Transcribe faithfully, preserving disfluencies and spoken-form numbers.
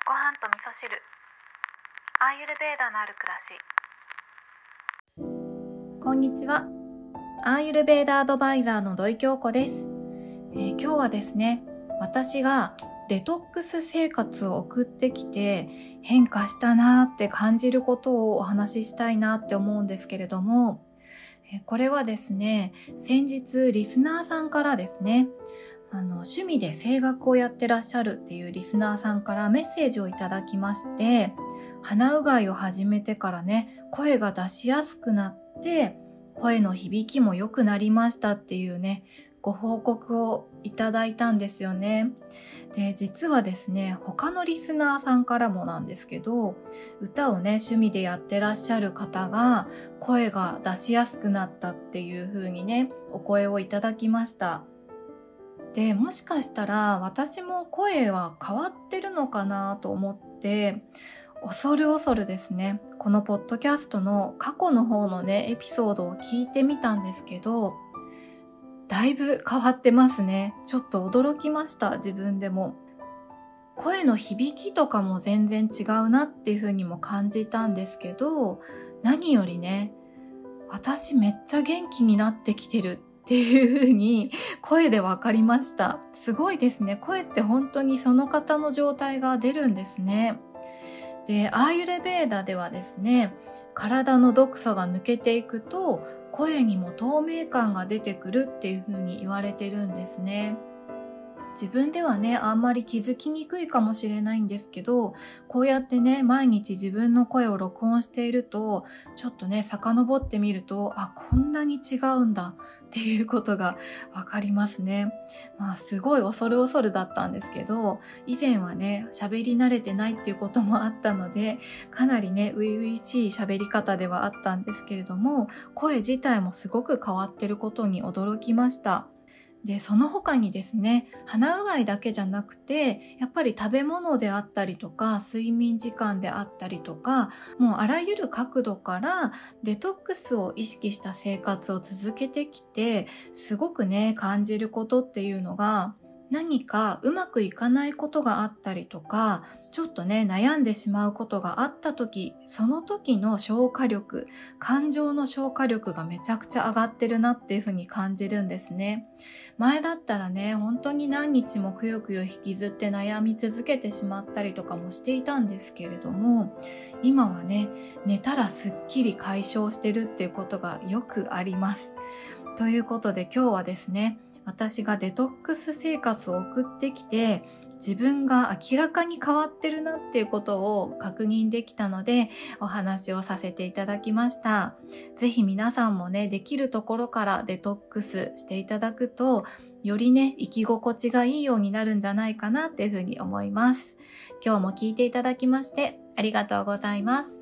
ご飯と味噌汁、アーユルベーダのある暮らし。こんにちは。アーユルベーダアドバイザーの土井京子です、えー、今日はですね、私がデトックス生活を送ってきて変化したなって感じることをお話ししたいなって思うんですけれども、これはですね、先日リスナーさんからですね、あの趣味で声楽をやってらっしゃるっていうリスナーさんからメッセージをいただきまして、鼻うがいを始めてからね、声が出しやすくなって声の響きも良くなりましたっていうね、ご報告をいただいたんですよね。で、実はですね、他のリスナーさんからもなんですけど、歌をね趣味でやってらっしゃる方が声が出しやすくなったっていう風にね、お声をいただきました。で、もしかしたら私も声は変わってるのかなと思って、恐る恐るですね、このポッドキャストの過去の方のねエピソードを聞いてみたんですけど、だいぶ変わってますね。ちょっと驚きました。自分でも声の響きとかも全然違うなっていう風にも感じたんですけど、何よりね、私めっちゃ元気になってきてるっていう風に声で分かりました。すごいですね。声って本当にその方の状態が出るんですね。で、アーユルベーダではですね、体の毒素が抜けていくと声にも透明感が出てくるっていう風に言われてるんですね。自分ではね、あんまり気づきにくいかもしれないんですけど、こうやってね、毎日自分の声を録音していると、ちょっとね、遡ってみると、あ、こんなに違うんだっていうことがわかりますね。まあ、すごい恐る恐るだったんですけど、以前はね、喋り慣れてないっていうこともあったので、かなりね、初々しい喋り方ではあったんですけれども、声自体もすごく変わってることに驚きました。で、その他にですね、鼻うがいだけじゃなくて、やっぱり食べ物であったりとか、睡眠時間であったりとか、もうあらゆる角度からデトックスを意識した生活を続けてきて、すごくね、感じることっていうのが、何かうまくいかないことがあったりとか、ちょっとね悩んでしまうことがあった時、その時の消化力、感情の消化力がめちゃくちゃ上がってるなっていう風に感じるんですね。前だったらね、本当に何日もくよくよ引きずって悩み続けてしまったりとかもしていたんですけれども、今はね、寝たらすっきり解消してるっていうことがよくあります。ということで今日はですね、私がデトックス生活を送ってきて、自分が明らかに変わってるなっていうことを確認できたので、お話をさせていただきました。ぜひ皆さんもね、できるところからデトックスしていただくと、よりね、生き心地がいいようになるんじゃないかなっていうふうに思います。今日も聞いていただきましてありがとうございます。